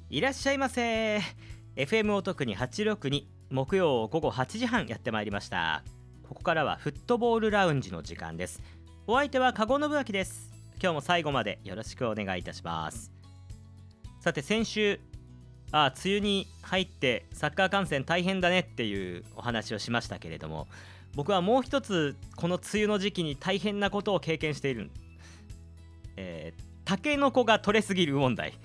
いらっしゃいませ。 FM お得に862、木曜午後8時半やってまいりました。ここからはフットボールラウンジの時間です。お相手は加護信明です。今日も最後までよろしくお願いいたします。さて、先週梅雨に入ってサッカー観戦大変だねっていうお話をしましたけれども、僕はもう一つこの梅雨の時期に大変なことを経験している。タケノコが取れすぎる問題。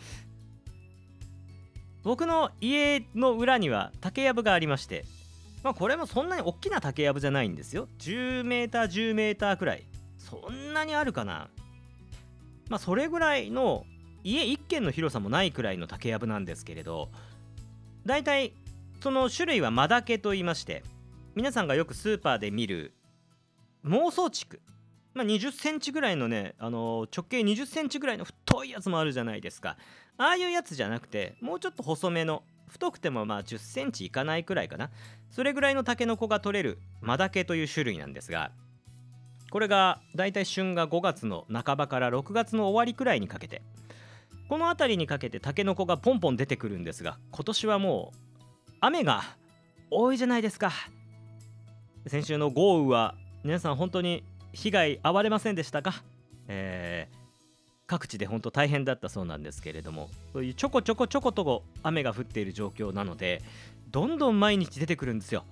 僕の家の裏には竹やぶがありまして、これもそんなに大きな竹やぶじゃないんですよ。10メーター10メーターくらい、そんなにあるかな。それぐらいの家1軒の広さもないくらいの竹やぶなんですけれど、だいたいその種類はマダケと言いまして、皆さんがよくスーパーで見る孟宗竹、20センチぐらいのね、直径20センチぐらいの太いやつもあるじゃないですか。ああいうやつじゃなくて、もうちょっと細めの、太くても10センチいかないくらいかな、それぐらいのタケノコが取れるマダケという種類なんですが、これがだいたい旬が5月の半ばから6月の終わりくらいにかけて、この辺りにかけてタケノコがポンポン出てくるんですが、今年はもう雨が多いじゃないですか。先週の豪雨は皆さん本当に被害遭われませんでしたか？各地で本当大変だったそうなんですけれども、そういうちょこちょこと雨が降っている状況なので、どんどん毎日出てくるんですよ。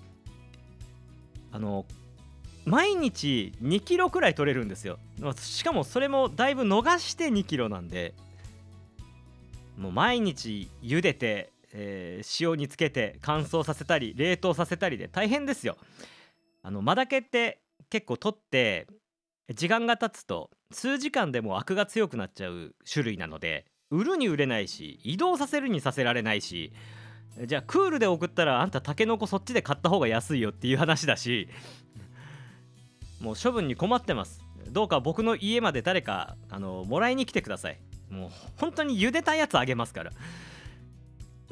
毎日2キロくらい取れるんですよ。しかもそれもだいぶ逃して2キロなんで、もう毎日茹でて、塩につけて乾燥させたり冷凍させたりで大変ですよ。マダケって結構取って時間が経つと数時間でもアクが強くなっちゃう種類なので、売るに売れないし、移動させるにさせられないし、じゃあクールで送ったらあんたタケノコそっちで買った方が安いよっていう話だし、もう処分に困ってます。どうか僕の家まで誰かもらいに来てください。もう本当に茹でたやつあげますから。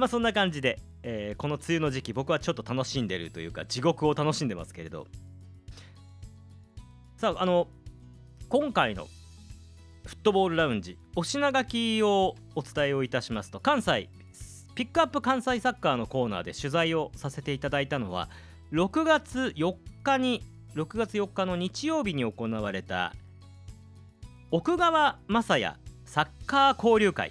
そんな感じで、この梅雨の時期、僕はちょっと楽しんでるというか地獄を楽しんでますけれど、さあ今回のフットボールラウンジ、お品書きをお伝えをいたしますと、関西ピックアップ関西サッカーのコーナーで取材をさせていただいたのは、6月4日の日曜日に行われた奥川雅也サッカー交流会。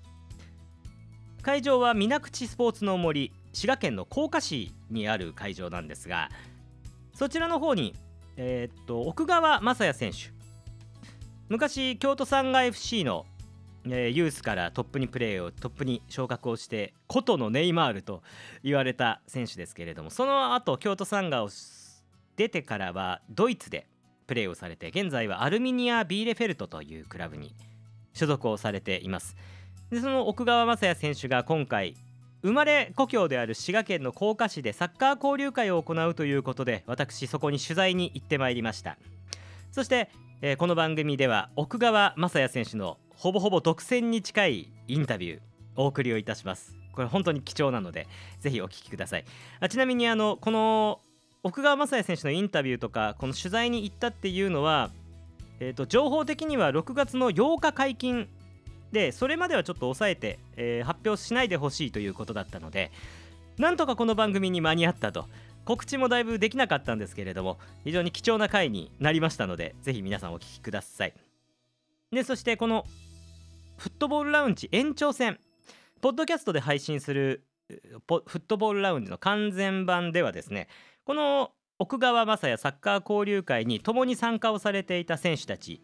会場は水口スポーツの森、滋賀県の甲賀市にある会場なんですが、そちらの方に、奥川雅也選手、昔京都サンガ FC の、ユースからトップに昇格をして古都のネイマールと言われた選手ですけれども、その後京都サンガを出てからはドイツでプレーをされて、現在はアルミニア・ビーレフェルトというクラブに所属をされています。でその奥川雅也選手が今回生まれ故郷である滋賀県の甲賀市でサッカー交流会を行うということで、私そこに取材に行ってまいりました。そして、この番組では奥川雅也選手のほぼほぼ独占に近いインタビューお送りをいたします。これ本当に貴重なのでぜひお聞きください。ちなみにこの奥川雅也選手のインタビューとかこの取材に行ったっていうのは、情報的には6月の8日解禁で、それまではちょっと抑えて、発表しないでほしいということだったので、なんとかこの番組に間に合ったと。告知もだいぶできなかったんですけれども、非常に貴重な回になりましたので、ぜひ皆さんお聞きください。でそしてこのフットボールラウンジ延長戦、ポッドキャストで配信するフットボールラウンジの完全版ではですね、この奥川雅也サッカー交流会に共に参加をされていた選手たち、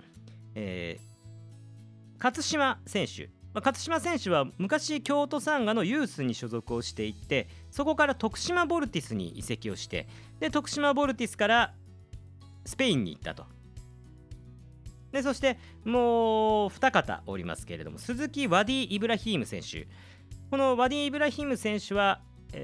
勝島選手、勝島選手は昔京都サンガのユースに所属をしていて、そこから徳島ボルティスに移籍をして、で徳島ボルティスからスペインに行ったと。でそしてもう2方おりますけれども、鈴木ワディ・イブラヒーム選手。このワディ・イブラヒーム選手は、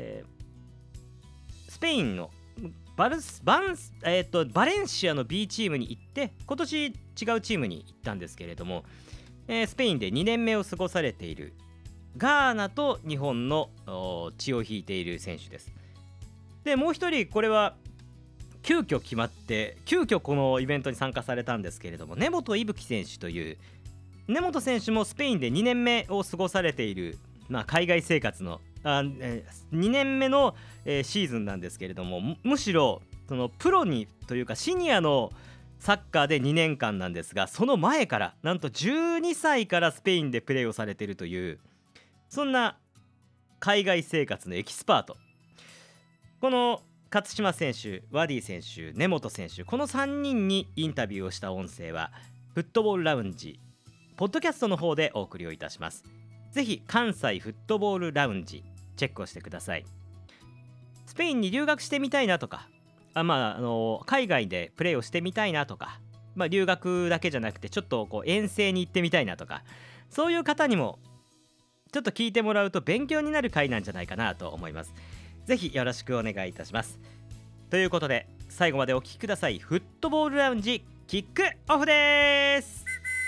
スペインのバレンシアの B チームに行って、今年違うチームに行ったんですけれども、スペインで2年目を過ごされているガーナと日本の血を引いている選手です。でもう一人、これは急遽決まって急遽このイベントに参加されたんですけれども、根本伊吹選手という、根本選手もスペインで2年目を過ごされている海外生活の2年目の、シーズンなんですけれども、むしろそのプロにというかシニアのサッカーで2年間なんですが、その前からなんと12歳からスペインでプレーをされているという、そんな海外生活のエキスパート。この勝島選手、ワディ選手、根本選手、この3人にインタビューをした音声はフットボールラウンジポッドキャストの方でお送りをいたします。ぜひ関西フットボールラウンジチェックをしてください。スペインに留学してみたいなとか、海外でプレーをしてみたいなとか、留学だけじゃなくてちょっとこう遠征に行ってみたいなとか、そういう方にもちょっと聞いてもらうと勉強になる回なんじゃないかなと思います。ぜひよろしくお願いいたします。ということで最後までお聞きください。フットボールラウンジキックオフです。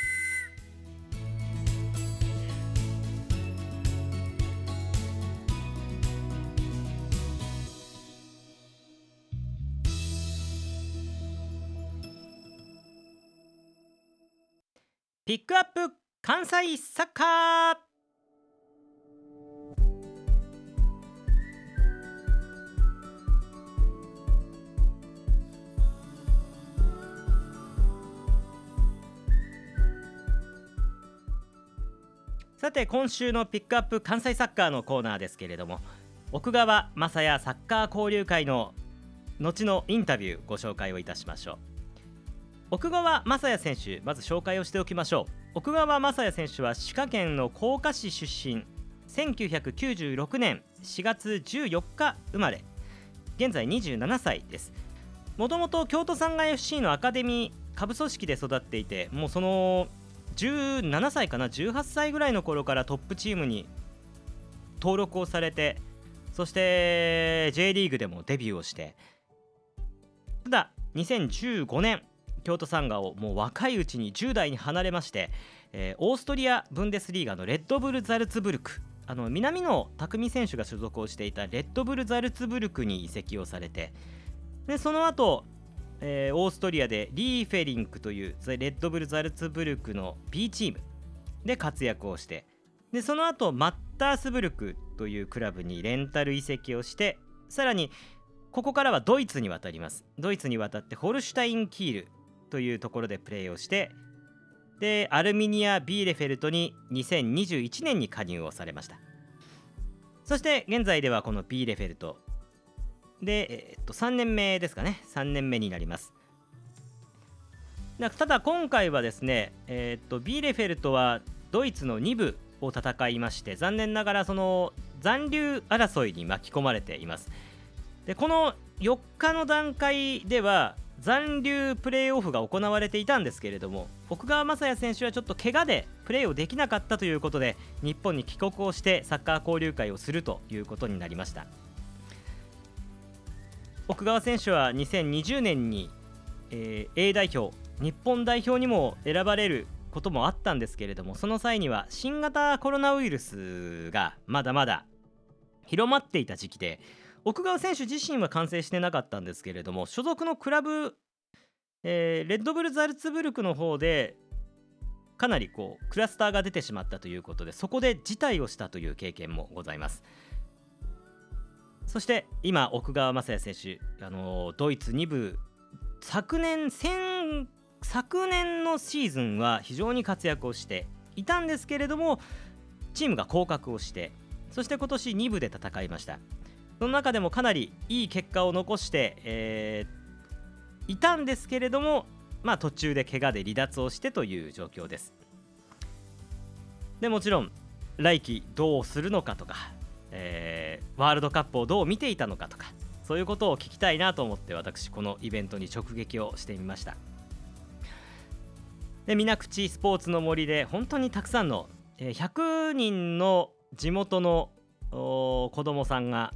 ピックアップ関西サッカー。さて今週のピックアップ関西サッカーのコーナーですけれども、奥川雅也サッカー交流会の後のインタビューご紹介をいたしましょう。奥川雅也選手、まず紹介をしておきましょう。奥川雅也選手は滋賀県の甲賀市出身、1996年4月14日生まれ、現在27歳です。もともと京都サンガ FC のアカデミー下部組織で育っていて、もうその17歳かな、18歳ぐらいの頃からトップチームに登録をされて、そして J リーグでもデビューをして、ただ2015年京都サンガをもう若いうちに10代に離れまして、オーストリアブンデスリーガのレッドブルザルツブルク、南野拓実選手が所属をしていたレッドブルザルツブルクに移籍をされて、でその後、オーストリアでリーフェリンクというレッドブルザルツブルクの B チームで活躍をして、でその後マッタースブルクというクラブにレンタル移籍をして、さらにここからはドイツに渡ります。ドイツに渡ってホルシュタインキールというところでプレーをして、でアルミニア・ビーレフェルトに2021年に加入をされました。そして現在ではこのビーレフェルトで、3年目ですかね、3年目になります。ただ今回はですね、ビーレフェルトはドイツの2部を戦いまして、残念ながらその残留争いに巻き込まれています。でこの4日の段階では残留プレーオフが行われていたんですけれども、奥川雅也選手はちょっと怪我でプレーをできなかったということで、日本に帰国をしてサッカー交流会をするということになりました。奥川選手は2020年に、A 代表日本代表にも選ばれることもあったんですけれども、その際には新型コロナウイルスがまだまだ広まっていた時期で、奥川選手自身は完成してなかったんですけれども、所属のクラブ、レッドブルザルツブルクの方でかなりこうクラスターが出てしまったということで、そこで辞退をしたという経験もございます。そして今奥川雅也選手、ドイツ2部昨年のシーズンは非常に活躍をしていたんですけれども、チームが降格をして、そして今年2部で戦いました。その中でもかなりいい結果を残して、いたんですけれども、途中で怪我で離脱をしてという状況です。でもちろん来季どうするのかとか、ワールドカップをどう見ていたのかとか、そういうことを聞きたいなと思って、私このイベントに直撃をしてみました。で水口スポーツの森で本当にたくさんの、100人の地元の子どもさんが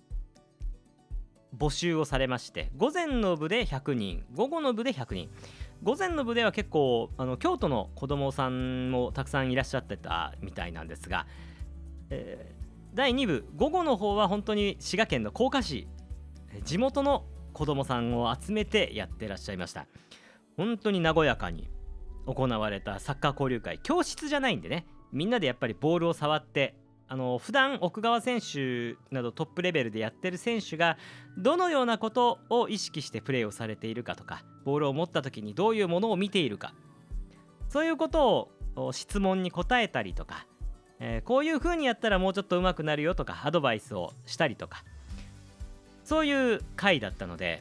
募集をされまして、午前の部で100人、午後の部で100人、午前の部では結構京都の子どもさんもたくさんいらっしゃってたみたいなんですが、第2部午後の方は本当に滋賀県の甲賀市、地元の子どもさんを集めてやってらっしゃいました。本当に和やかに行われたサッカー交流会、教室じゃないんでね、みんなでやっぱりボールを触って、 普段奥川選手などトップレベルでやってる選手がどのようなことを意識してプレーをされているかとか、ボールを持った時にどういうものを見ているか、そういうことを質問に答えたりとか、こういう風にやったらもうちょっと上手くなるよとかアドバイスをしたりとか、そういう回だったので、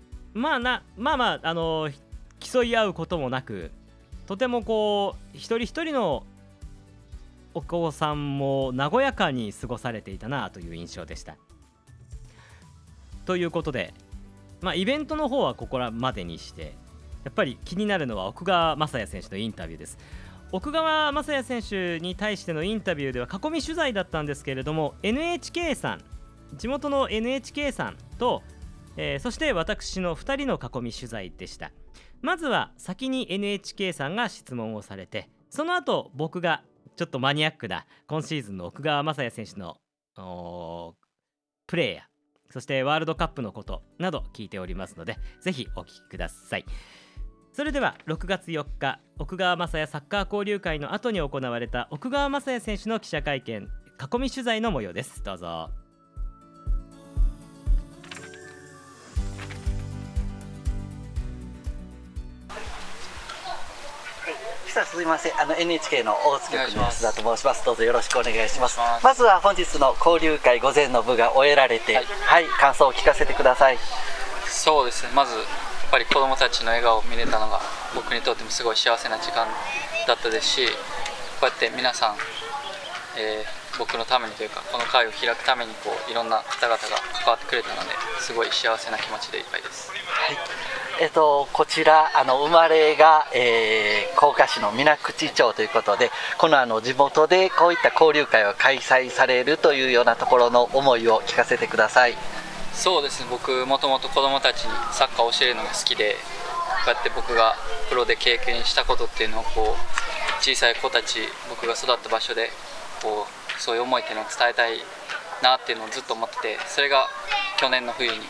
競い合うこともなく、とてもこう一人一人のお子さんも和やかに過ごされていたなという印象でした。ということで、イベントの方はここらまでにして、やっぱり気になるのは奥川雅也選手のインタビューです。奥川雅也選手に対してのインタビューでは囲み取材だったんですけれども、 NHK さん、地元の NHK さんと、そして私の2人の囲み取材でした。まずは先に NHK さんが質問をされて、その後僕がちょっとマニアックな今シーズンの奥川雅也選手のプレーや、そしてワールドカップのことなど聞いておりますので、ぜひお聞きください。それでは6月4日奥川雅也サッカー交流会の後に行われた奥川雅也選手の記者会見囲み取材の模様です。どうぞ。 すみません、NHK の大津局の安田と申します。どうぞよろしくお願いします。まずは本日の交流会午前の部が終えられて、感想を聞かせてください。 そうですね、まずやっぱり子どもたちの笑顔を見れたのが僕にとってもすごい幸せな時間だったですし、こうやって皆さん、僕のためにというかこの会を開くためにいろんな方々が関わってくれたので、すごい幸せな気持ちでいっぱいです。 こちら生まれが、甲賀市の水口町ということで、この地元でこういった交流会を開催されるというようなところの思いを聞かせてください。 そうですね、僕もともと子どもたちにサッカーを教えるのが好きで、こうやって僕がプロで経験したことっていうのを小さい子たち、僕が育った場所でそういう思いっていうのを伝えたいなっていうのをずっと思ってて、それが去年の冬に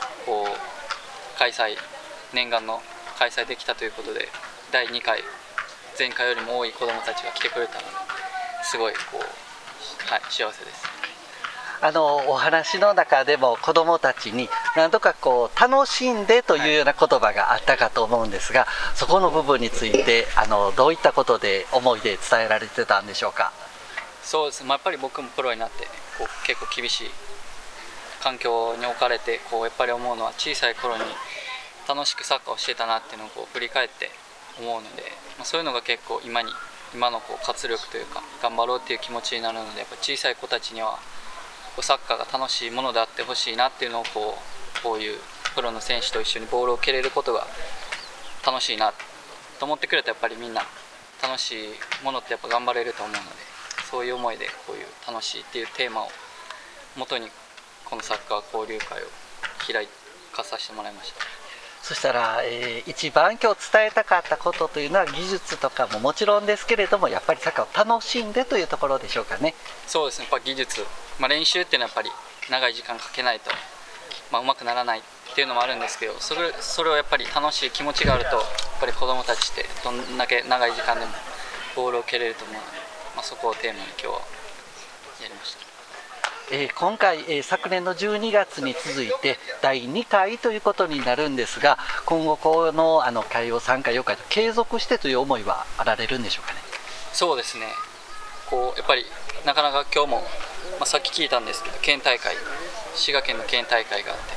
念願の開催できたということで、第2回前回よりも多い子どもたちが来てくれたので、すごい幸せです。 お話の中でも子どもたちに何とか楽しんでというような言葉があったかと思うんですが、そこの部分についてどういったことで思いで伝えられてたんでしょうか。 そうですね、やっぱり僕もプロになって結構厳しい環境に置かれてやっぱり思うのは、小さい頃に楽しくサッカーをしてたなっていうのを振り返って思うので、そういうのが結構今の活力というか頑張ろうっていう気持ちになるので、やっぱ小さい子たちにはサッカーが楽しいものであってほしいなっていうのをこういうプロの選手と一緒にボールを蹴れることが楽しいなと思ってくれたら、やっぱりみんな楽しいものってやっぱ頑張れると思うので、そういう思いでこういう楽しいっていうテーマを元にこのサッカー交流会を開かさせてもらいました。 そしたら、一番今日伝えたかったことというのは、技術とかももちろんですけれども、やっぱりサッカーを楽しんでというところでしょうかね。 そうですね、やっぱ技術、練習っていうのはやっぱり長い時間かけないと、うまくならないっていうのもあるんですけど、それをやっぱり楽しい気持ちがあると、やっぱり子どもたちってどんだけ長い時間でもボールを蹴れると思うので、そこをテーマに今日はやりました。 今回、昨年の12月に続いて第2回ということになるんですが、今後この会を3回4回と継続してという思いはあられるんでしょうかね。 そうですね、やっぱりなかなか今日も、さっき聞いたんですけど、県大会、滋賀県の県大会があって、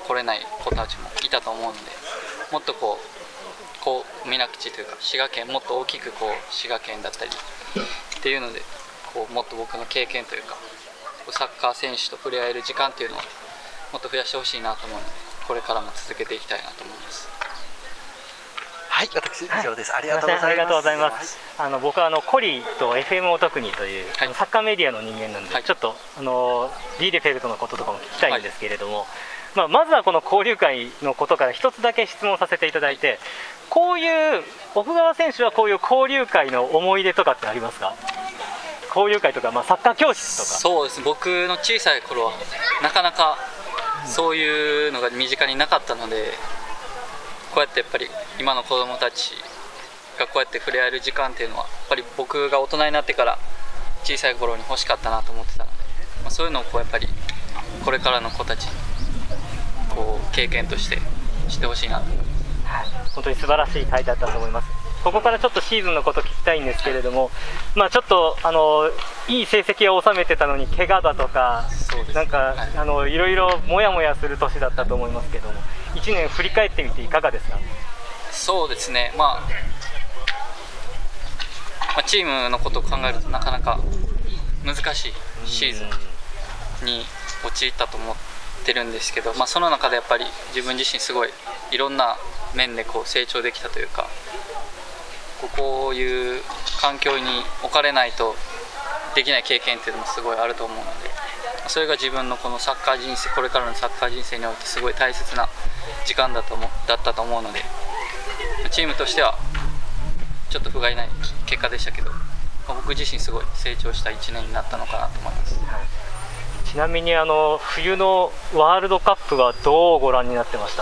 来れない子たちもいたと思うので、もっと水口というか滋賀県、もっと大きく滋賀県だったりっていうので、もっと僕の経験というかサッカー選手と触れ合える時間っていうのをもっと増やしてほしいなと思うので、これからも続けていきたいなと思います。 はい、私以上です。ありがとうございます。 僕はコリと FM お特にという、サッカーメディアの人間なんで、ちょっとビーレフェルトのこととかも聞きたいんですけれども、まずはこの交流会のことから一つだけ質問させていただいて、こういう奥川選手はこういう交流会の思い出とかってありますか？交流会とか、サッカー教室とか。 そうですね、僕の小さい頃はなかなかそういうのが身近になかったので、こうやってやっぱり今の子どもたちがこうやって触れ合える時間っていうのは、やっぱり僕が大人になってから小さい頃に欲しかったなと思ってたので、そういうのをこうやっぱりこれからの子たちにこう経験としてしてほしいなと思います。 はい、本当に素晴らしい回だったと思います。ここからちょっとシーズンのこと聞きたいんですけれども、ちょっといい成績を収めてたのに怪我だとか、なんか、いろいろモヤモヤする年だったと思いますけども、1年振り返ってみていかがですか？ そうですね、チームのことを考えるとなかなか難しいシーズンに陥ったと思ってるんですけど、その中でやっぱり自分自身すごいいろんな面でこう成長できたというか、こういう環境に置かれないとできない経験っていうのもすごいあると思うので、それが自分のこのサッカー人生、これからのサッカー人生においてすごい大切な時間だったと思うので、チームとしてはちょっと不甲斐ない結果でしたけど、僕自身すごい成長した1年になったのかなと思います。 ちなみに冬のワールドカップはどうご覧になってました？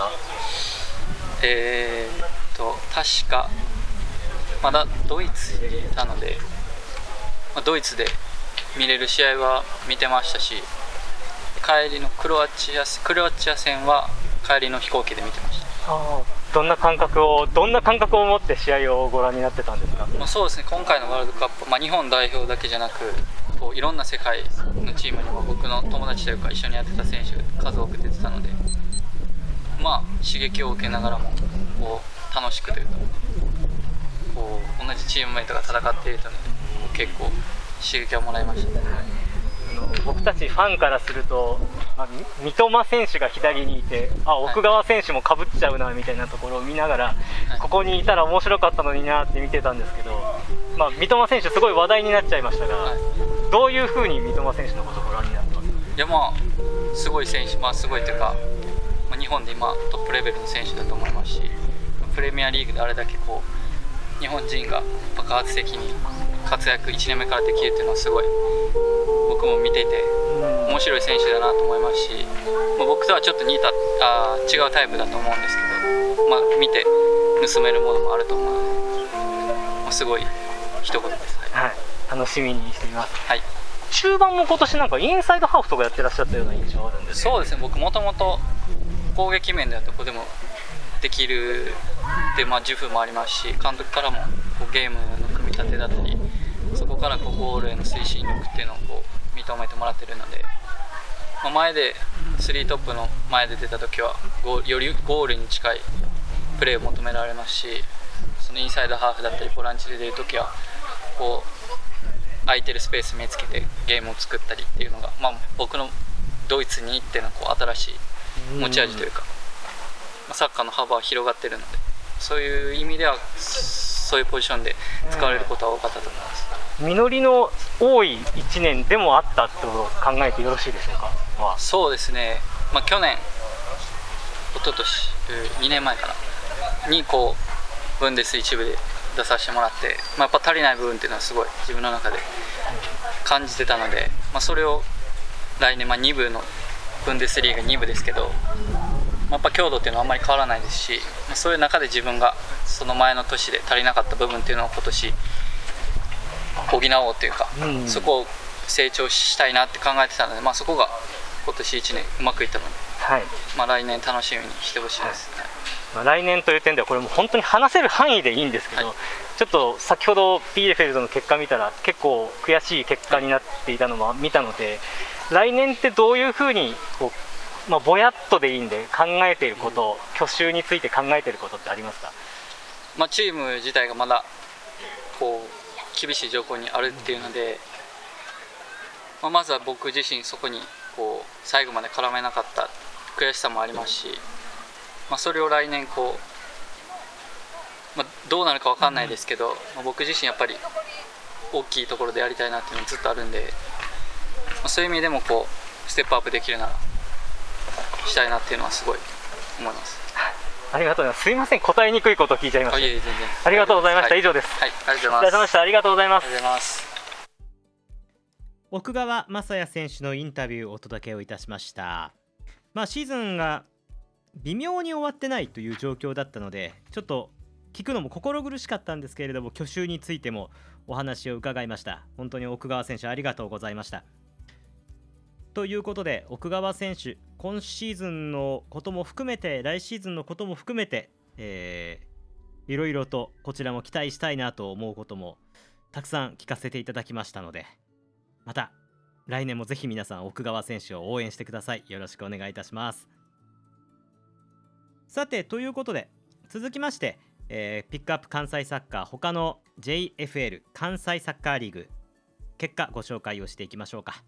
確かまだドイツにいたので、ドイツで見れる試合は見てましたし、帰りのクロアチア戦は帰りの飛行機で見てました。 どんな感覚を持って試合をご覧になってたんですか？ そうですね、今回のワールドカップ、日本代表だけじゃなくこういろんな世界のチームにも僕の友達というか一緒にやってた選手が数多く出てたので、刺激を受けながらもこう楽しくというか、こう同じチームメイトが戦っていると、結構刺激をもらいました。 僕たちファンからすると、三笘選手が左にいて、奥川選手もかぶっちゃうなみたいなところを見ながら、ここにいたら面白かったのになって見てたんですけど、三笘選手すごい話題になっちゃいましたが、どういうふうに三笘選手のことをご覧になってますか？ いや、すごい選手、すごいというか、日本で今トップレベルの選手だと思いますし、プレミアリーグであれだけこう日本人が爆発的に活躍1年目からできるっていうのはすごい僕も見ていて面白い選手だなと思いますし、僕とはちょっと違うタイプだと思うんですけど、見て盗めるものもあると思うので、すごい一言です。 はい、楽しみにしています。 はい、 中盤も今年なんかインサイドハーフとかやってらっしゃったような印象あるんですけど。 そうですね、僕もともと攻撃面ではどこでもできるで、自負もありますし、監督からもこうゲームの組み立てだったり、そこからこうゴールへの推進力っていうのをこう認めてもらってるので、前で3トップの前で出た時はよりゴールに近いプレーを求められますし、そのインサイドハーフだったりボランチで出る時はこう空いてるスペース見つけてゲームを作ったりっていうのが、僕のドイツに行ってのこう新しい持ち味というか、サッカーの幅は広がっているので、そういう意味ではそういうポジションで使われることは多かったと思います。 実りの多い1年でもあったと考えてよろしいでしょうか？ そうですね、去年、一昨年2年前かなにこうブンデス1部で出させてもらって、やっぱ足りない部分っていうのはすごい自分の中で感じてたので、それを来年、2部のブンデスリーガ2部ですけど、やっぱ強度っていうのはあんまり変わらないですし、そういう中で自分がその前の年で足りなかった部分っていうのを今年補おうというか、そこを成長したいなって考えてたので、そこが今年1年うまくいったので、来年楽しみにしてほしいです。 来年という点ではこれも本当に話せる範囲でいいんですけど、ちょっと先ほどビーレフェルトの結果見たら結構悔しい結果になっていたのも見たので、来年ってどういうふうにこう、ぼやっとでいいんで考えていること、去就について考えていることってありますか？ チーム自体がまだこう厳しい状況にあるっていうので、まずは僕自身そこにこう最後まで絡めなかった悔しさもありますし、それを来年こう、どうなるか分かんないですけど、僕自身やっぱり大きいところでやりたいなっていうのがずっとあるんで、そういう意味でもこうステップアップできるならしたいなっていうのはすごい思います。 ありがとうございます。すいません、答えにくいことを聞いちゃいました。 いえいえ、全然ありがとうございました。以上です。 はい、ありがとうございます。 お疲れ様でした。ありがとうございます。 ありがとうございます。 奥川雅也選手のインタビューをお届けをいたしました。シーズンが微妙に終わってないという状況だったので、ちょっと聞くのも心苦しかったんですけれども、去就についてもお話を伺いました。本当に奥川選手ありがとうございました。ということで、奥川選手今シーズンのことも含めて来シーズンのことも含めて、いろいろとこちらも期待したいなと思うこともたくさん聞かせていただきましたので、また来年もぜひ皆さん奥川選手を応援してください。よろしくお願いいたします。さて、ということで続きまして、ピックアップ関西サッカー他の JFL 関西サッカーリーグ結果ご紹介をしていきましょうか。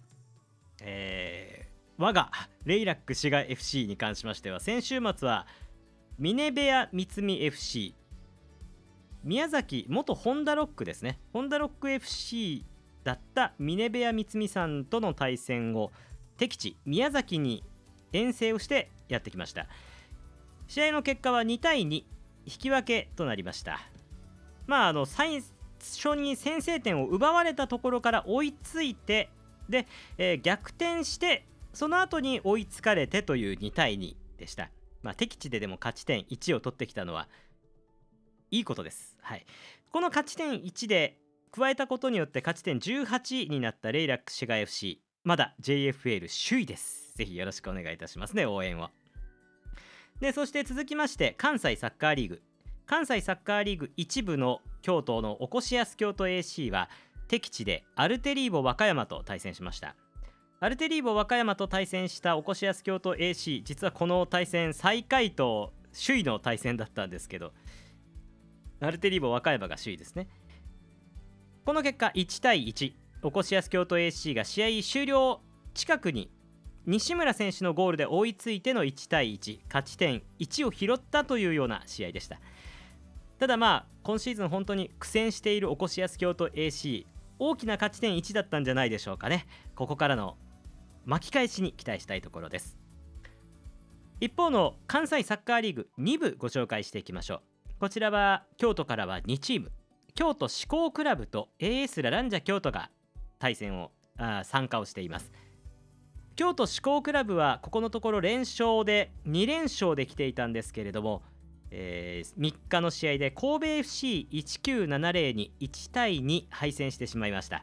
我がレイラック滋賀 FC に関しましては、先週末はミネベア三見 FC、 宮崎元ホンダロックですね、ホンダロック FC だったミネベア三見さんとの対戦を敵地宮崎に遠征をしてやってきました。試合の結果は2対2引き分けとなりました。最初に先制点を奪われたところから追いついて、で、逆転してその後に追いつかれてという2対2でした。敵地ででも勝ち点1を取ってきたのはいいことです。はい、この勝ち点1で加えたことによって勝ち点18になったレイラック滋賀 FC、 まだ JFL 首位です。ぜひよろしくお願いいたしますね、応援を。で、そして続きまして関西サッカーリーグ、関西サッカーリーグ1部の京都のおこしやす京都 AC は敵地でアルテリーボ和歌山と対戦しました。アルテリーボ和歌山と対戦したおこしやす京都 AC、 実はこの対戦最下位と首位の対戦だったんですけど、アルテリーボ和歌山が首位ですね。この結果1対1、おこしやす京都 AC が試合終了近くに西村選手のゴールで追いついての1対1、勝ち点1を拾ったというような試合でした。ただ今シーズン本当に苦戦しているおこしやす京都 AC、 大きな勝ち点1だったんじゃないでしょうかね。ここからの巻き返しに期待したいところです。一方の関西サッカーリーグ2部ご紹介していきましょう。こちらは京都からは2チーム、京都志向クラブと AS ラランジャ京都が対戦を参加をしています。京都志向クラブはここのところ連勝で2連勝できていたんですけれども、3日の試合で神戸 FC1970 に1対2敗戦してしまいました。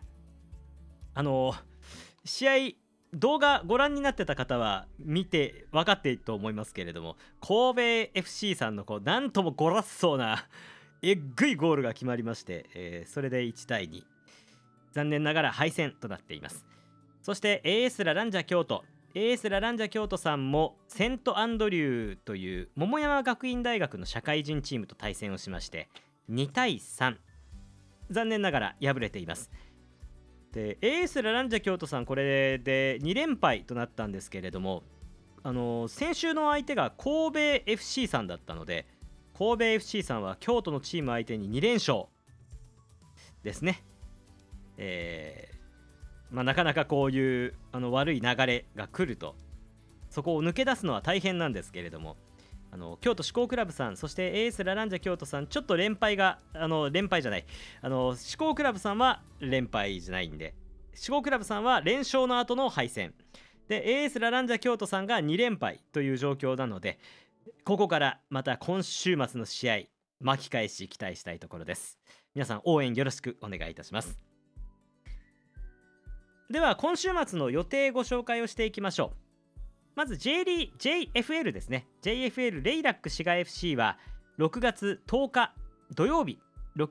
試合動画ご覧になってた方は見て分かっていると思いますけれども、神戸 FC さんのなんともゴラッソーなえっぐいゴールが決まりまして、それで1対2、残念ながら敗戦となっています。そして AS ラランジャ京都、 AS ラランジャ京都さんもセントアンドリューという桃山学院大学の社会人チームと対戦をしまして2対3、残念ながら敗れています。で AS ラランジャ京都さん、これで2連敗となったんですけれども、先週の相手が神戸 FC さんだったので、神戸 FC さんは京都のチーム相手に2連勝ですね。なかなかこういう悪い流れが来るとそこを抜け出すのは大変なんですけれども、京都志向クラブさん、そして AS ラランジャ京都さん、ちょっと連敗じゃない志向クラブさんは連敗じゃないんで、志向クラブさんは連勝の後の敗戦で、 AS ラランジャ京都さんが2連敗という状況なので、ここからまた今週末の試合巻き返し期待したいところです。皆さん応援よろしくお願いいたします。では今週末の予定ご紹介をしていきましょう。まず JFL ですね。 JFL レイラック滋賀 FC は6月10日土曜日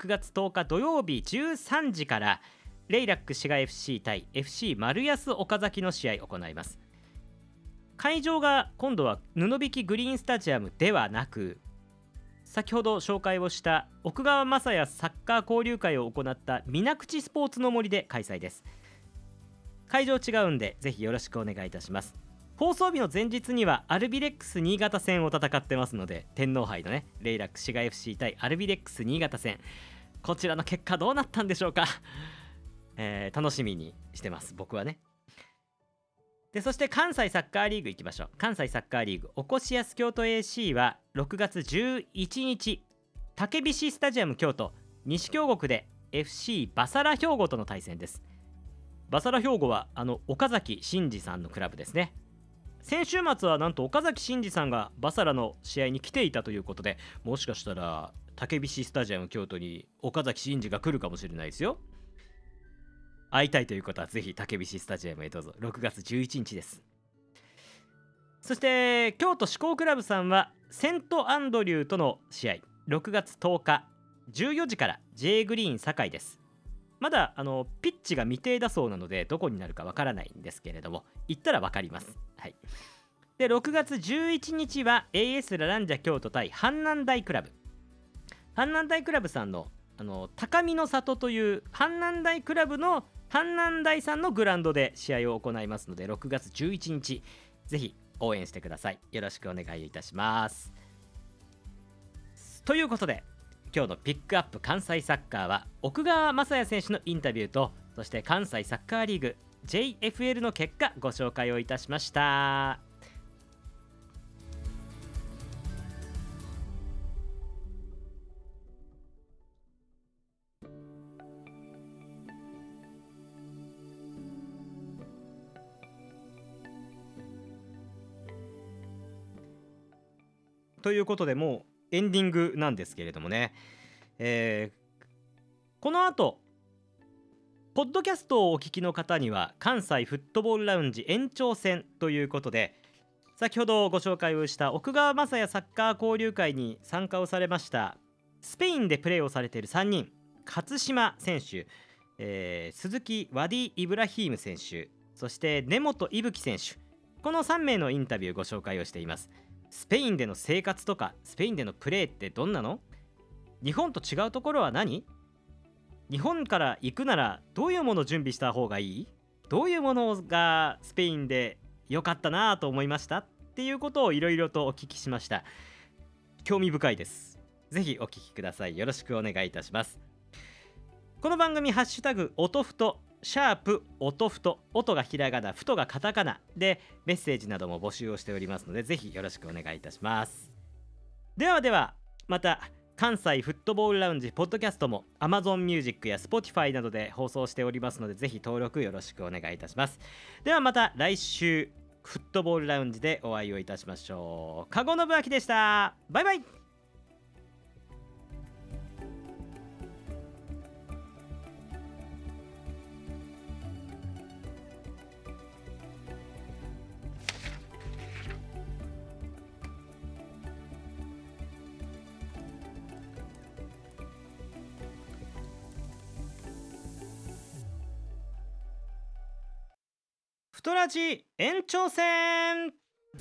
13時からレイラック滋賀 FC 対 FC 丸安岡崎の試合を行います。会場が今度は布引グリーンスタジアムではなく、先ほど紹介をした奥川雅也サッカー交流会を行った水口スポーツの森で開催です。会場違うんでぜひよろしくお願いいたします。放送日の前日にはアルビレックス新潟戦を戦ってますので、天皇杯のね、レイラック滋賀 FC 対アルビレックス新潟戦、こちらの結果どうなったんでしょうか。楽しみにしてます僕はね。でそして関西サッカーリーグいきましょう。関西サッカーリーグおこしやす京都 AC は6月11日竹菱スタジアム京都西京極で FC バサラ兵庫との対戦です。バサラ兵庫は岡崎慎司さんのクラブですね。先週末はなんと岡崎慎司さんがバサラの試合に来ていたということで、もしかしたら竹菱スタジアム京都に岡崎慎司が来るかもしれないですよ。会いたいという方はぜひ竹菱スタジアムへどうぞ。6月11日です。そして京都志向クラブさんはセントアンドリューとの試合6月10日14時から J グリーン堺です。まだピッチが未定だそうなのでどこになるかわからないんですけれども、行ったらわかります。はい。で6月11日は AS ラランジャ京都対阪南大クラブ。阪南大クラブさんの高見の里という阪南大クラブの阪南大さんのグラウンドで試合を行いますので、6月11日ぜひ応援してください。よろしくお願いいたします。ということで今日のピックアップ関西サッカーは奥川雅也選手のインタビューと、そして関西サッカーリーグ JFL の結果ご紹介をいたしました。ということでもうエンディングなんですけれどもね、この後ポッドキャストをお聞きの方には関西フットボールラウンジ延長戦ということで、先ほどご紹介をした奥川雅也サッカー交流会に参加をされましたスペインでプレーをされている3人、勝島選手、鈴木ワディ・イブラヒーム選手、そして根本伊吹選手、この3名のインタビューご紹介をしています。スペインでの生活とかスペインでのプレーってどんなの？日本と違うところは何？日本から行くならどういうものを準備した方がいい？どういうものがスペインで良かったなと思いましたっていうことをいろいろとお聞きしました。興味深いです。ぜひお聞きください。よろしくお願いいたします。この番組ハッシュタグ音ふとシャープ音ふと、音がひらがな、ふとがカタカナでメッセージなども募集をしておりますので、ぜひよろしくお願いいたします。ではまた関西フットボールラウンジポッドキャストも Amazon Music や Spotify などで放送しておりますので、ぜひ登録よろしくお願いいたします。ではまた来週フットボールラウンジでお会いをいたしましょう。加護信明でした。バイバイ。フトラジ延長戦。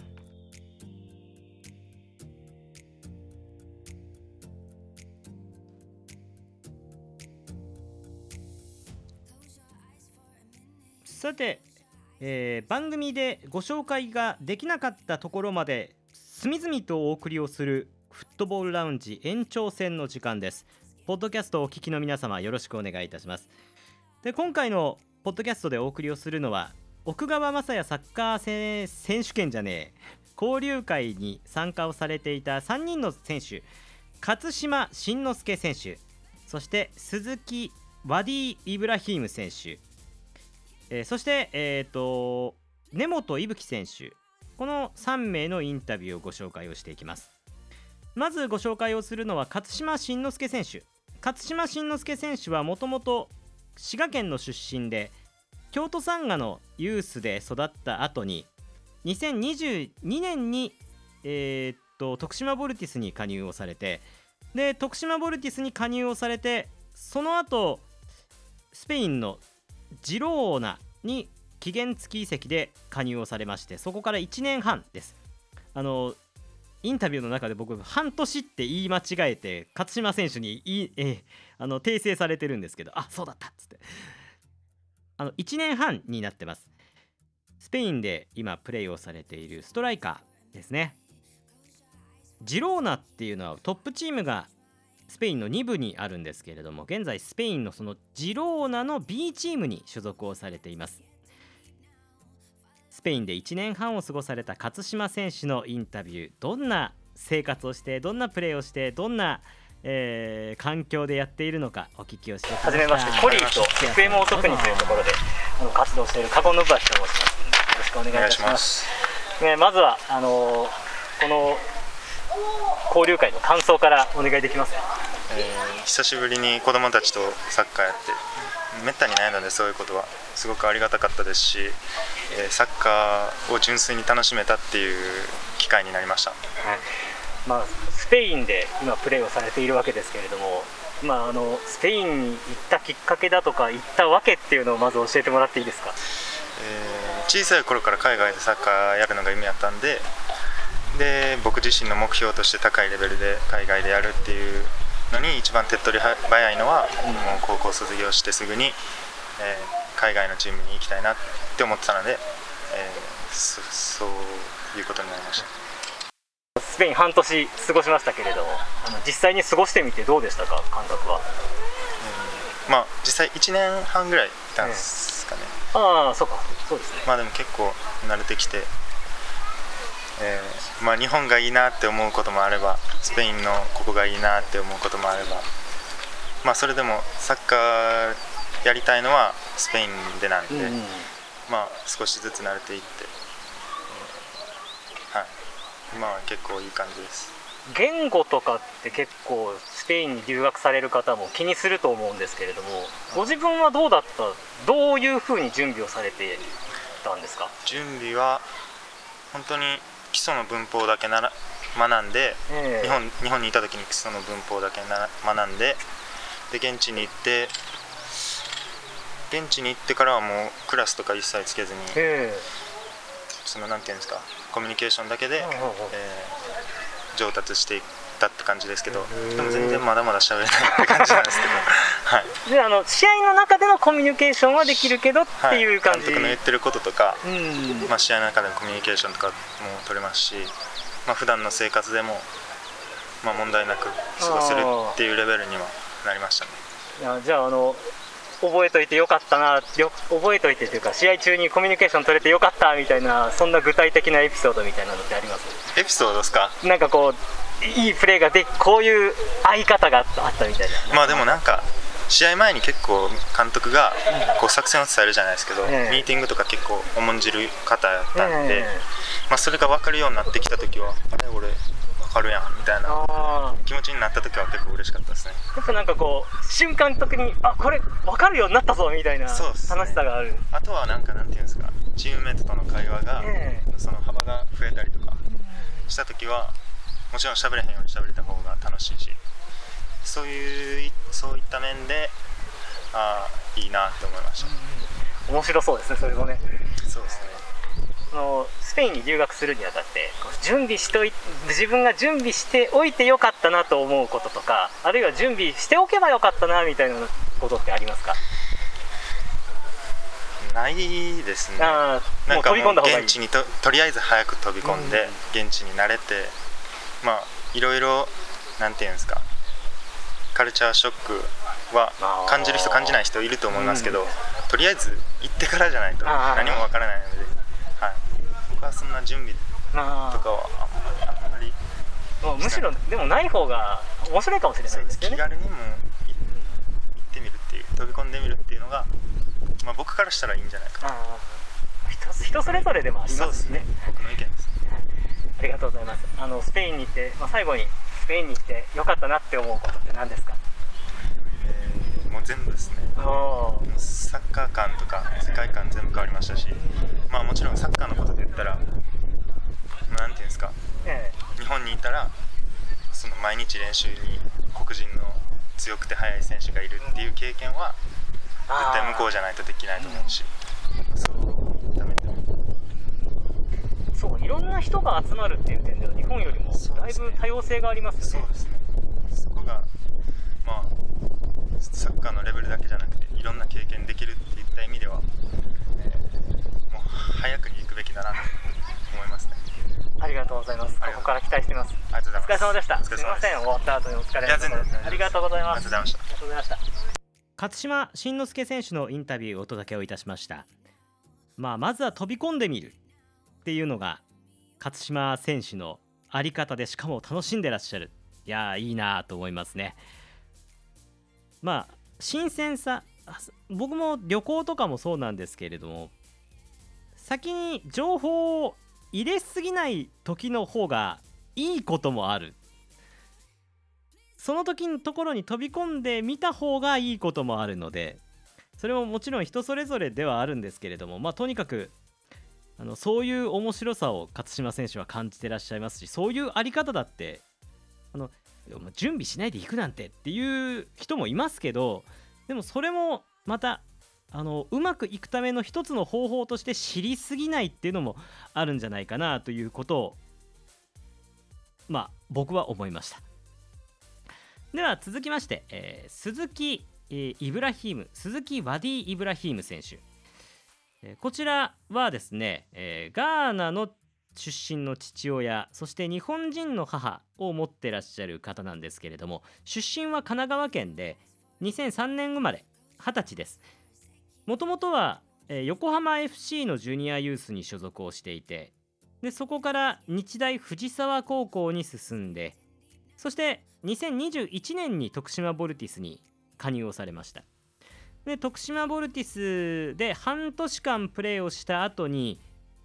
さて、番組でご紹介ができなかったところまで隅々とお送りをするフットボールラウンジ延長戦の時間です。ポッドキャストをお聞きの皆様よろしくお願いいたします。で、今回のポッドキャストでお送りをするのは奥川雅也サッカー選手権交流会に参加をされていた3人の選手、勝島慎之介選手、そして鈴木ワディ・イブラヒーム選手、そして根本伊吹選手、この3名のインタビューをご紹介をしていきます。まずご紹介をするのは勝島慎之介選手。勝島慎之介選手はもともと滋賀県の出身で、京都サンガのユースで育った後に2022年に、徳島ボルティスに加入をされて、で徳島ボルティスに加入をされて、その後スペインのジローナに期限付き移籍で加入をされまして、そこから1年半です。インタビューの中で僕半年って言い間違えて勝島選手に訂正されてるんですけど、あ、そうだったっつって1年半になってます。スペインで今プレーをされているストライカーですね。ジローナっていうのはトップチームがスペインの2部にあるんですけれども、現在スペインのそのジローナの B チームに所属をされています。スペインで1年半を過ごされた勝島選手のインタビュー、どんな生活をして、どんなプレーをして、どんな環境でやっているのかお聞きをしてきました。はじめまして、コリーと FM 音国というところで活動している加護信明と申します。よろしくお願いいたします。まずはこの交流会の感想からお願いできますか。 久しぶりに子どもたちとサッカーやってめったにないので、そういうことはすごくありがたかったですし、サッカーを純粋に楽しめたっていう機会になりました。 はい、スペインで今プレーをされているわけですけれども、スペインに行ったきっかけだとか行ったわけっていうのをまず教えてもらっていいですか？ 小さい頃から海外でサッカーやるのが夢やったんで、僕自身の目標として高いレベルで海外でやるっていうのに一番手っ取り早いのは、もう高校卒業してすぐに、海外のチームに行きたいなって思ってたので、そういうことになりました。 スペイン半年過ごしましたけれど、実際に過ごしてみてどうでしたか、感覚は？ 実際1年半ぐらいいたんですかね。 そうですね。 でも結構慣れてきて、日本がいいなって思うこともあれば、スペインのここがいいなって思うこともあれば、それでもサッカーやりたいのはスペインでなんで、少しずつ慣れていって、今は結構いい感じです。 言語とかって結構スペインに留学される方も気にすると思うんですけれども、ご自分はどういうふうに準備をされてたんですか？準備は本当に基礎の文法だけ学んで、日本にいた時に基礎の文法だけ学んで、現地に行ってからはもうクラスとか一切つけずに、なんていうんですか、コミュニケーションだけで、上達していったって感じですけど、でも全然まだまだ喋れないって感じなんですけど、 で試合の中でのコミュニケーションはできるけどっていう感じ、 監督の言ってることとか、試合の中でのコミュニケーションとかも取れますし、普段の生活でも、問題なく過ごせるっていうレベルにはなりましたね。 じゃあ覚えといてよかったな、覚えといてというか、試合中にコミュニケーション取れてよかったみたいな、そんな具体的なエピソードみたいなのってあります？ エピソードですか？ なんかいいプレーがこういう相方があったみたいな。 でも試合前に結構監督が作戦を伝えるじゃないですけど、ミーティングとか結構重んじる方やったんで、それが分かるようになってきた時は、あれ俺分かるやんみたいな気持ちになった時は結構嬉しかったですね。 やっぱ瞬間的にこれ分かるようになったぞみたいな楽しさがある。 あとはなんていうんですか、チームメイトとの会話が、その幅が増えたりとかした時は、もちろん喋れへんように喋れた方が楽しいし、そういった面でいいなって思いました。 面白そうですね、それもね。 そうですね。 スペインに留学するにあたって自分が準備しておいてよかったなと思うこととか、あるいは準備しておけばよかったなみたいなことってありますか？ ないですね。 もう飛び込んだ方がいい。 現地に とりあえず早く飛び込んで、現地に慣れて、いろいろなんていうんですか、カルチャーショックは感じる人感じない人いると思いますけど、とりあえず行ってからじゃないと何もわからないので、僕はそんな準備とかはあんまりむしろでもない方が面白いかもしれないですね。 気軽にも行ってみるっていう、飛び込んでみるっていうのが、僕からしたらいいんじゃないかな。 人それぞれでもありますね。 僕の意見です。 ありがとうございます。スペインに行って、最後にスペインに行ってよかったなって思うことって何ですか？ もう全部ですね。サッカー観とか世界観全部変わりましたし、もちろんサッカーのことで言ったら、なんていうんですか、日本にいたらその毎日練習に黒人の強くて速い選手がいるっていう経験は絶対向こうじゃないとできないと思うし、 そういろんな人が集まるっていう点では日本よりもだいぶ多様性がありますよね。 そうですね。そこがサッカーのレベルだけじゃなくていろんな経験できるっていった意味では、もう早くに行くべきだなと思いますね。 ありがとうございます。ここから期待しています。 ありがとうございます。 お疲れ様でした。すみません、終わった後にお疲れ様でした。ありがとうございます。 ありがとうございました。 勝島慎之介選手のインタビューをお届けをいたしました。まずは飛び込んでみるっていうのが勝島選手のあり方で、しかも楽しんでらっしゃる。いいなと思いますね。新鮮さ、僕も旅行とかもそうなんですけれども、先に情報を入れすぎない時の方がいいこともある。 その時のところに飛び込んでみた方がいいこともあるので、それももちろん人それぞれではあるんですけれども、とにかくそういう面白さを勝島選手は感じてらっしゃいますし、そういうあり方だって準備しないで行くなんてっていう人もいますけど、でもそれもまたうまくいくための一つの方法として知りすぎないっていうのもあるんじゃないかなということを僕は思いました。では続きまして、鈴木ワディ・イブラヒーム選手、こちらはですね、ガーナの出身の父親、そして日本人の母を持ってらっしゃる方なんですけれども、出身は神奈川県で2003年生まれ、20歳です。もともとは横浜 FC のジュニアユースに所属をしていて、でそこから日大藤沢高校に進んで、そして2021年に徳島ボルティスに加入をされました。で徳島ボルティスで半年間プレーをした後に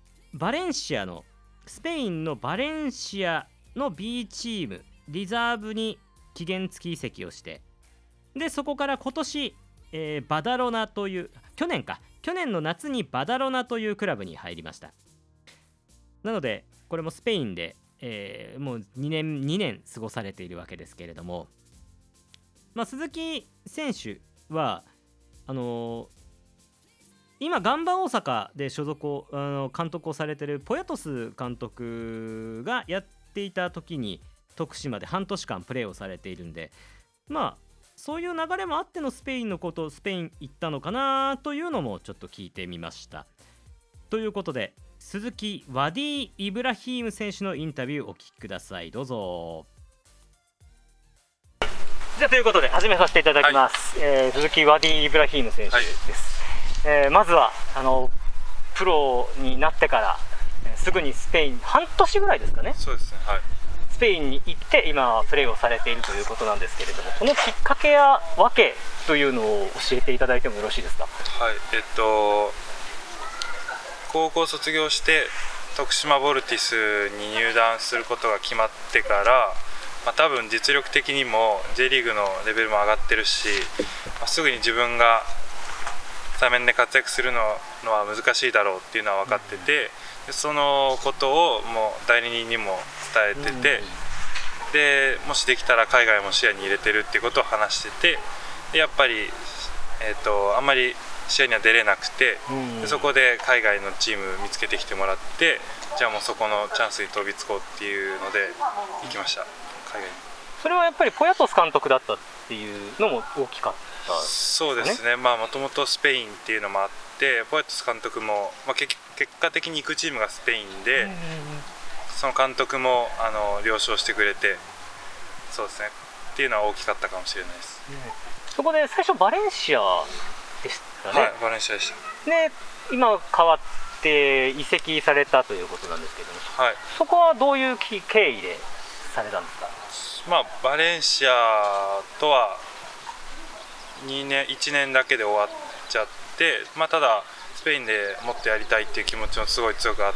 スペインのバレンシアの B チームリザーブに期限付き移籍をして、でそこから今年、バダロナという去年の夏にバダロナというクラブに入りました。なのでこれもスペインで、もう2年過ごされているわけですけれども、鈴木選手は今ガンバ大阪で所属を監督をされているポヤトス監督がやっていた時に徳島で半年間プレーをされているんで、そういう流れもあってのスペイン行ったのかなというのもちょっと聞いてみました。ということで鈴木ワディ・イブラヒーム選手のインタビューお聞きください。どうぞ。じゃあということで始めさせていただきます、鈴木ワディ・イブラヒーム選手です、まずはプロになってからすぐにスペイン半年ぐらいですかね。 そうですね、はい。 スペインに行って今はプレーをされているということなんですけれども、このきっかけや訳というのを教えていただいてもよろしいですか。 はい、高校卒業して徳島ボルティスに入団することが決まってから、多分実力的にも J リーグのレベルも上がってるし、すぐに自分がスタメンで活躍するのは難しいだろうっていうのは分かってて、でそのことをもう代理人にも伝えてて、でもしできたら海外も視野に入れてるっていうことを話してて、でやっぱり、あんまり試合には出れなくて、でそこで海外のチーム見つけてきてもらって、じゃあもうそこのチャンスに飛びつこうっていうので行きました、海外に。 それはやっぱりポヤトス監督だったっていうのも大きかったですかね。 そうですね、もともとスペインっていうのもあって、ポヤトス監督も、結果的に行くチームがスペインで、その監督も了承してくれて、そうですねっていうのは大きかったかもしれないです、 そこで最初バレンシアでしたね。 はい、バレンシアでした。 で今変わって移籍されたということなんですけども、 はい、 そこはどういう経緯でされたんですか。 バレンシアとは1年だけで終わっちゃって、ただスペインでもっとやりたいっていう気持ちもすごい強くあって、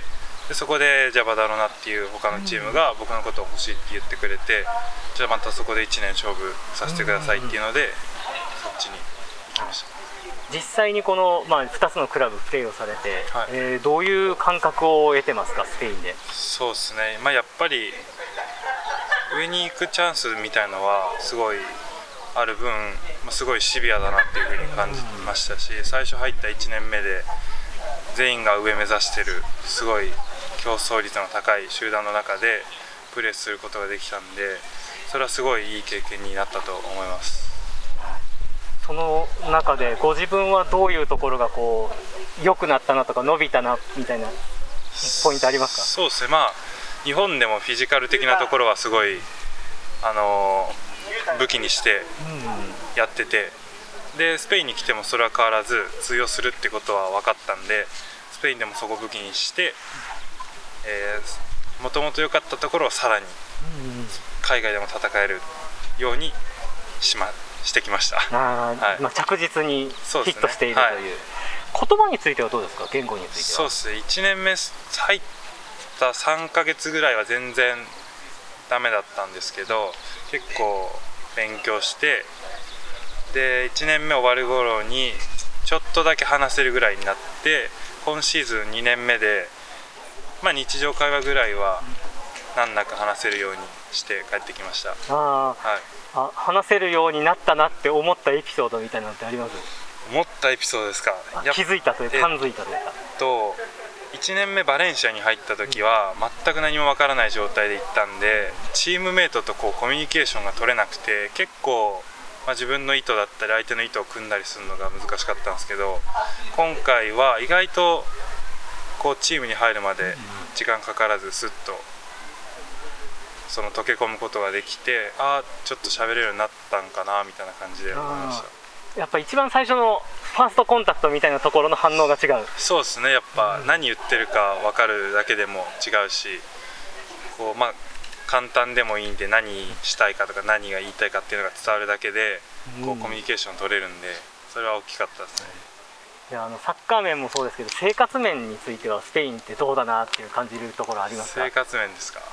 でそこでじゃあバダロナっていう他のチームが僕のことを欲しいって言ってくれて、じゃあまたそこで1年勝負させてくださいっていうので、そっちに行きました。 実際にこの、2つのクラブプレーをされて、 はい、 どういう感覚を得てますか、スペインで。 そうですね、やっぱり上に行くチャンスみたいのはすごいある分、すごいシビアだなっていうふうに感じましたし、最初入った1年目で全員が上目指してるすごい競争率の高い集団の中でプレーすることができたんで、それはすごいいい経験になったと思います。 その中でご自分はどういうところが良くなったなとか伸びたなみたいなポイントありますか。 そうですね、日本でもフィジカル的なところはすごい武器にしてやってて、でスペインに来てもそれは変わらず通用するってことは分かったんで、スペインでもそこを武器にしてもともと良かったところをさらに海外でも戦えるようにしてきました。 着実にヒットしているという、言葉についてはどうですか、言語については。 そうですね、1年目入った3ヶ月ぐらいは全然ダメだったんですけど、結構勉強して、で1年目終わる頃にちょっとだけ話せるぐらいになって、今シーズン2年目で、日常会話ぐらいは難なく話せるようにして帰ってきました。 話せるようになったなって思ったエピソードみたいなのってあります？ 思ったエピソードですか？ 気づいたというか感づいたというか。 1年目バレンシアに入った時は全く何もわからない状態で行ったんで、チームメイトとコミュニケーションが取れなくて、結構、自分の意図だったり相手の意図を組んだりするのが難しかったんですけど、今回は意外とチームに入るまで時間かからずスッと溶け込むことができて、ちょっと喋れるようになったんかなみたいな感じで思いました。 やっぱ一番最初のファーストコンタクトみたいなところの反応が違う。 そうですね、やっぱ何言ってるか分かるだけでも違うし、簡単でもいいんで、何したいかとか何が言いたいかっていうのが伝わるだけでコミュニケーション取れるんで、それは大きかったですね。 サッカー面もそうですけど、生活面についてはスペインってどうだなっていう感じるところありますか？ 生活面ですか？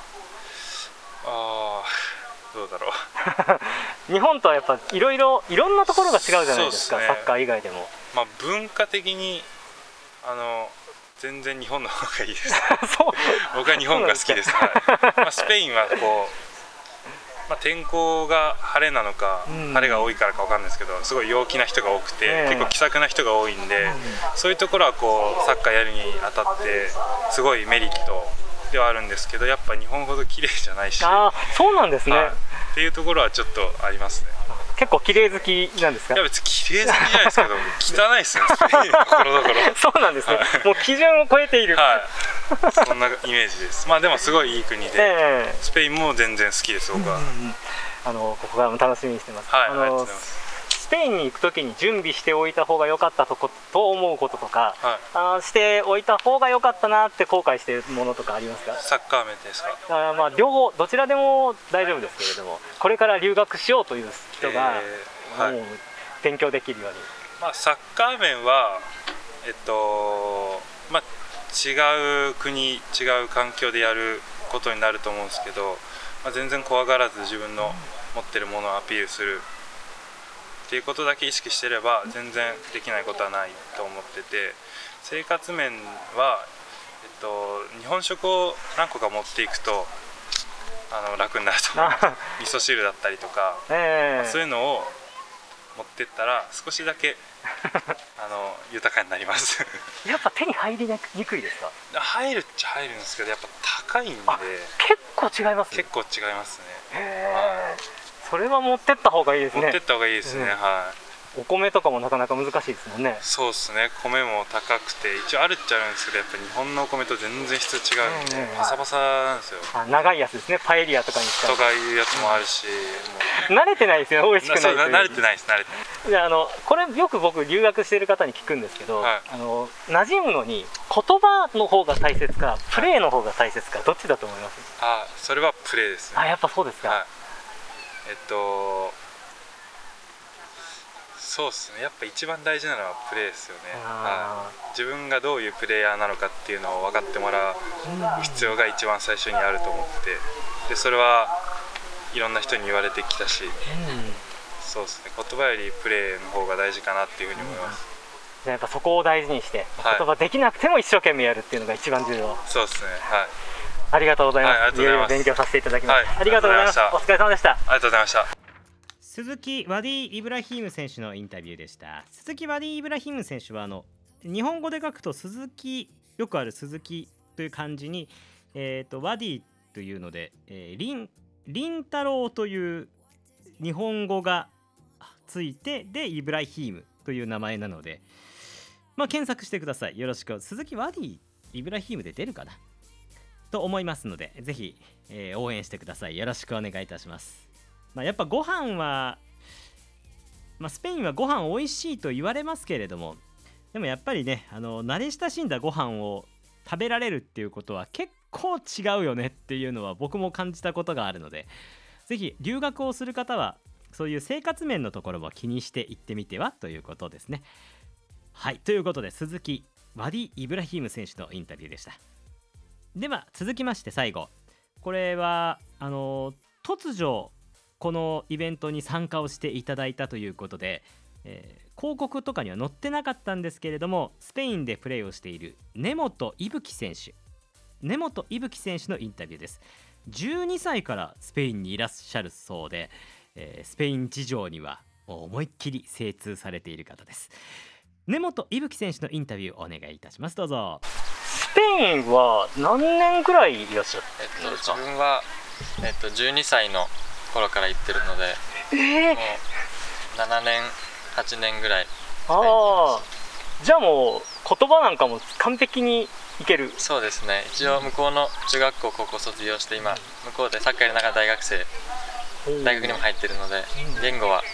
どうだろう日本とはやっぱいろんなところが違うじゃないですか。サッカー以外でも文化的に全然日本の方がいいです僕は日本が好きです。スペインは天候が晴れなのか、晴れが多いからか分かんないですけど、すごい陽気な人が多くて、結構気さくな人が多いんで、そういうところはサッカーやるにあたってすごいメリットではあるんですけど、やっぱ日本ほど綺麗じゃないし。 そうなんですね。 っていうところはちょっとありますね。 結構綺麗好きなんですか？ いや別に綺麗好きじゃないですけど汚いですね、スペインのところどころ。 そうなんですね、もう基準を超えている。 そんなイメージです。でもすごいいい国で、スペインも全然好きです僕は。 ここからも楽しみにしてます。 ありがとうございます。 スペインに行くときに準備しておいた方が良かったと思うこととか、しておいた方が良かったなって後悔しているものとかありますか？ サッカー面ですか？ 両方どちらでも大丈夫ですけれども、これから留学しようという人が勉強できるように。 サッカー面は違う国、違う環境でやることになると思うんですけど、全然怖がらず自分の持ってるものをアピールするっていうことだけ意識してれば全然できないことはないと思ってて、生活面は、日本食を何個か持っていくと楽になると思う味噌汁だったりとか、そういうのを持ってったら少しだけ豊かになりますやっぱ手に入りにくいですか？ 入るっちゃ入るんですけど、やっぱ高いんで。 結構違いますね。 結構違いますね。 それは持ってった方がいいですね。 持ってった方がいいですね。 お米とかもなかなか難しいですもんね。 そうですね、米も高くて一応あるっちゃあるんですけど、やっぱ日本のお米と全然質違うんで、パサパサなんですよ。 長いやつですね、パエリアとかに使うとかいうやつもあるし、 慣れてないですよね、美味しくないという。 慣れてないです。 これよく僕留学している方に聞くんですけど、馴染むのに言葉の方が大切かプレーの方が大切か、どっちだと思います？ それはプレーですね。 やっぱそうですか。 そうですね、やっぱ一番大事なのはプレーですよね。自分がどういうプレイヤーなのかっていうのを分かってもらう必要が一番最初にあると思ってて、でそれはいろんな人に言われてきたし、そうですね、言葉よりプレーの方が大事かなっていうふうに思います。 じゃあやっぱそこを大事にして、言葉できなくても一生懸命やるっていうのが一番重要。 そうですね。 ありがとうございます。いろいろ勉強させていただきます。ありがとうございます。お疲れ様でした。 ありがとうございました。 鈴木ワディ・イブラヒーム選手のインタビューでした。鈴木ワディ・イブラヒーム選手は日本語で書くと鈴木、よくある鈴木という漢字に、ワディというので、凛太郎という日本語がついて、でイブラヒームという名前なので、検索してください。よろしく。鈴木ワディ・イブラヒームで出るかなと思いますので、ぜひ、応援してください。よろしくお願いいたします。やっぱご飯は、スペインはご飯美味しいと言われますけれども、でもやっぱりね、慣れ親しんだご飯を食べられるっていうことは結構違うよねっていうのは僕も感じたことがあるので、ぜひ留学をする方はそういう生活面のところも気にして行ってみてはということですね。はい、ということで鈴木ワディ・イブラヒーム選手のインタビューでした。では続きまして最後、 これは突如このイベントに参加をしていただいたということで、広告とかには載ってなかったんですけれども、スペインでプレーをしている根本伊吹選手のインタビューです。12歳からスペインにいらっしゃるそうで、スペイン事情にはもう思いっきり精通されている方です。根本伊吹選手のインタビューお願いいたします。どうぞ。 スペインは何年ぐらいいらっしゃるんですか？ 自分は、12歳の頃から行ってるので、もう7年8年ぐらい。 じゃあもう言葉なんかも完璧にいける？ そうですね。一応向こうの中学校高校卒業して今向こうでサッカーやりながら大学にも入ってるので、言語は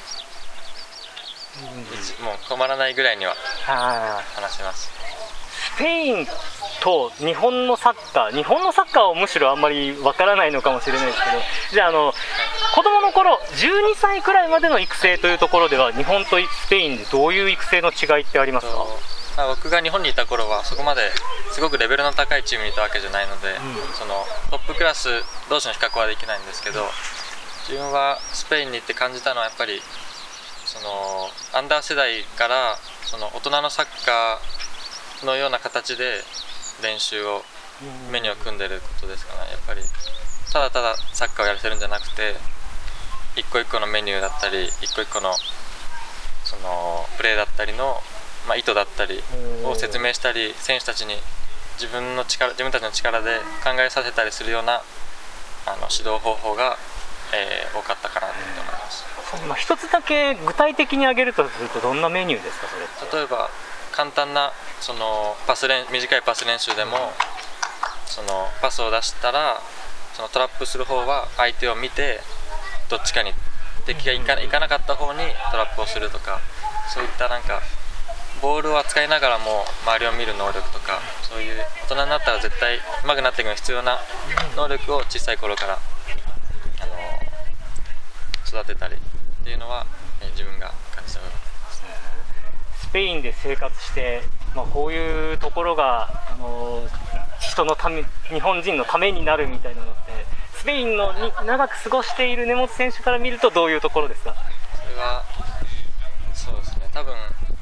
もう困らないぐらいには話せます。 スペインと日本のサッカーはむしろあんまりわからないのかもしれないですけど、じゃあ子供の頃12歳くらいまでの育成というところでは日本とスペインでどういう育成の違いってありますか？ 僕が日本にいた頃はそこまですごくレベルの高いチームにいたわけじゃないので、そのトップクラス同士の比較はできないんですけど、自分はスペインに行って感じたのはやっぱりそのアンダー世代からその大人のサッカーのような形で練習をメニューを組んでることですかね。やっぱりただただサッカーをやらせるんじゃなくて、一個一個のメニューだったり一個一個のそのプレーだったりの、意図だったりを説明したり、選手たちに自分たちの力で考えさせたりするような指導方法が、多かったかなと思います。 一つだけ具体的に挙げるとするとどんなメニューですか？それって例えば簡単なその短いパス練習でも、そのパスを出したらそのトラップする方は相手を見てどっちかに敵が行かなかった方にトラップをするとか、そういったなんかボールを扱いながらも周りを見る能力とか、そういう大人になったら絶対上手くなっていくのに必要な能力を小さい頃から育てたりっていうのは、自分が感じた部分です。 スペインで生活して、こういうところが日本人のためになるみたいなのって、スペインに長く過ごしている根本選手から見るとどういうところですか？ それはそうですね、多分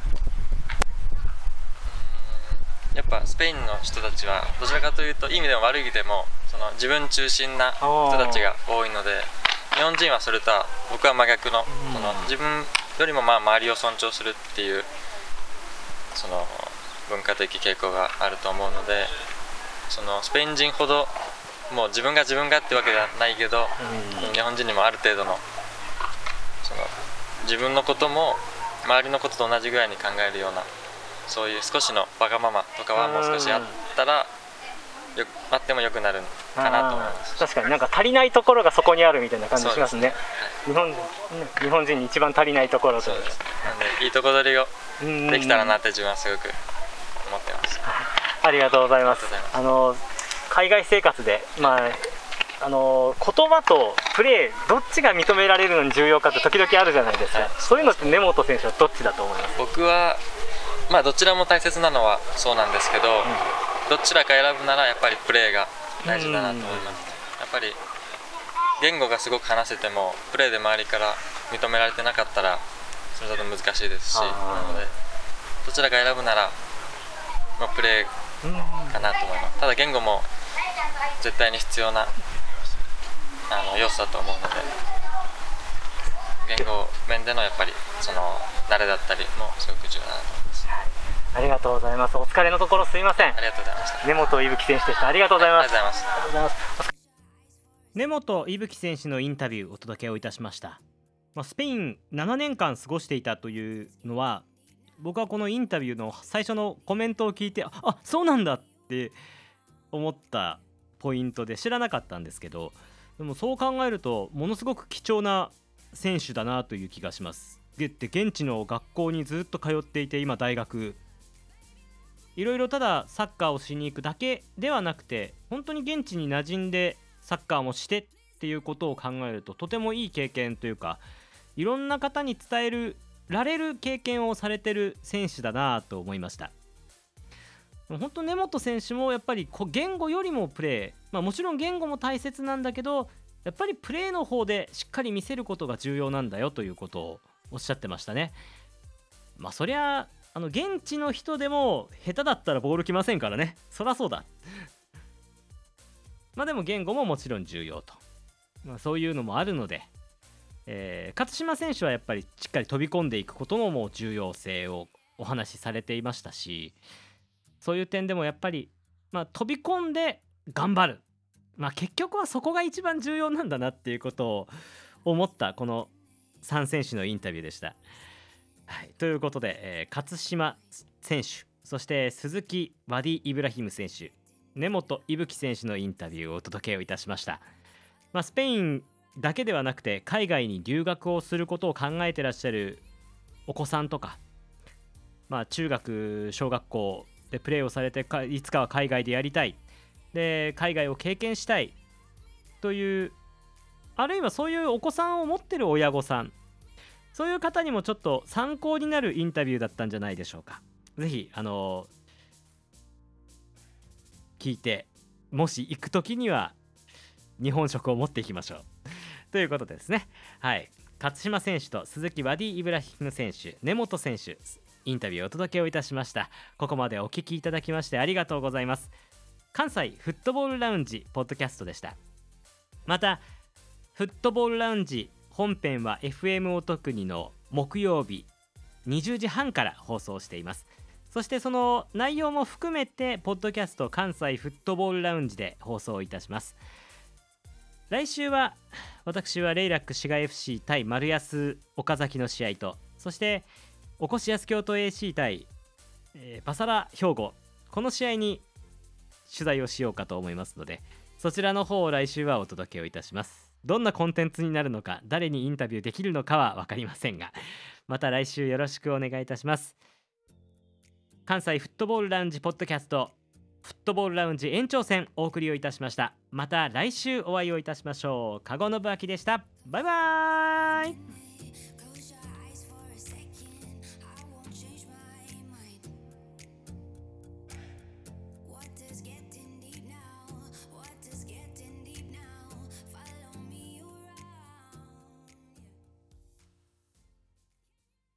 やっぱスペインの人たちはどちらかというといい意味でも悪い意味でもその自分中心な人たちが多いので、日本人はそれとは僕は真逆の、その自分よりも周りを尊重するっていうその文化的傾向があると思うので、そのスペイン人ほどもう自分がってわけではないけど、日本人にもある程度のその自分のことも周りのことと同じぐらいに考えるような、そういう少しのわがままとかはもう少しあったらあってもよくなるかなと思います。 確かになんか足りないところがそこにあるみたいな感じしますね。日本人に一番足りないところというか、 なんでいいとこ取りをできたらなって自分はすごく思ってます。 ありがとうございます。海外生活で、言葉とプレーどっちが認められるのに重要かって時々あるじゃないですか、そういうのって根本選手はどっちだと思います？ 僕はどちらも大切なのはそうなんですけど、どちらか選ぶならやっぱりプレーが大事だなと思います。やっぱり言語がすごく話せてもプレーで周りから認められてなかったらそれだと難しいですし、なのでどちらか選ぶなら、プレーかなと思います。ただ言語も絶対に必要な要素だと思うので、言語面でのやっぱりその慣れだったりもすごく重要だなと思います。 ありがとうございます。お疲れのところすいません。 ありがとうございました。 根本伊吹選手でした。ありがとうございます。 ありがとうございます。 根本伊吹選手のインタビューをお届けをいたしました。スペイン7年間過ごしていたというのは、僕はこのインタビューの最初のコメントを聞いてそうなんだって思ったポイントで、知らなかったんですけど、でもそう考えるとものすごく貴重な選手だなという気がします。で現地の学校にずっと通っていて、今大学いろいろただサッカーをしに行くだけではなくて、本当に現地に馴染んでサッカーもしてっていうことを考えると、とてもいい経験というか、いろんな方に伝えられる経験をされてる選手だなと思いました。 本当根本選手もやっぱり言語よりもプレー、もちろん言語も大切なんだけど、やっぱりプレーの方でしっかり見せることが重要なんだよということをおっしゃってましたね。そりゃ現地の人でも下手だったらボール来ませんからね、そらそうだでも言語ももちろん重要と、そういうのもあるので、勝島選手はやっぱりしっかり飛び込んでいくことのもう重要性をお話しされていましたし、そういう点でもやっぱり、飛び込んで頑張る、結局はそこが一番重要なんだなっていうことを思ったこの3選手のインタビューでした。ということで、勝島選手、そして鈴木ワディ・イブラヒム選手、根本伊吹選手のインタビューをお届けをいたしました。スペインだけではなくて海外に留学をすることを考えてらっしゃるお子さんとか、中学小学校でプレーをされていつかは海外でやりたい、で海外を経験したいという、あるいはそういうお子さんを持ってる親御さん、そういう方にもちょっと参考になるインタビューだったんじゃないでしょうか。ぜひ聞いて、もし行く時には日本食を持っていきましょうということですね。勝島選手と鈴木ワディ・イブラヒム選手、根本選手、インタビューをお届けをいたしました。ここまでお聞きいただきましてありがとうございます。関西フットボールラウンジポッドキャストでした。またフットボールラウンジ本編は FM おとくにの木曜日20時半から放送しています。そしてその内容も含めてポッドキャスト関西フットボールラウンジで放送いたします。来週は私はレイラック滋賀 FC 対丸安岡崎の試合と、そしておこしやす京都 AC 対、バサラ兵庫、この試合に取材をしようかと思いますので、そちらの方を来週はお届けをいたします。どんなコンテンツになるのか、誰にインタビューできるのかは分かりませんが、また来週よろしくお願いいたします。関西フットボールラウンジポッドキャストフットボールラウンジ延長戦お送りをいたしました。また来週お会いをいたしましょう。加護信明でした。バイバーイ。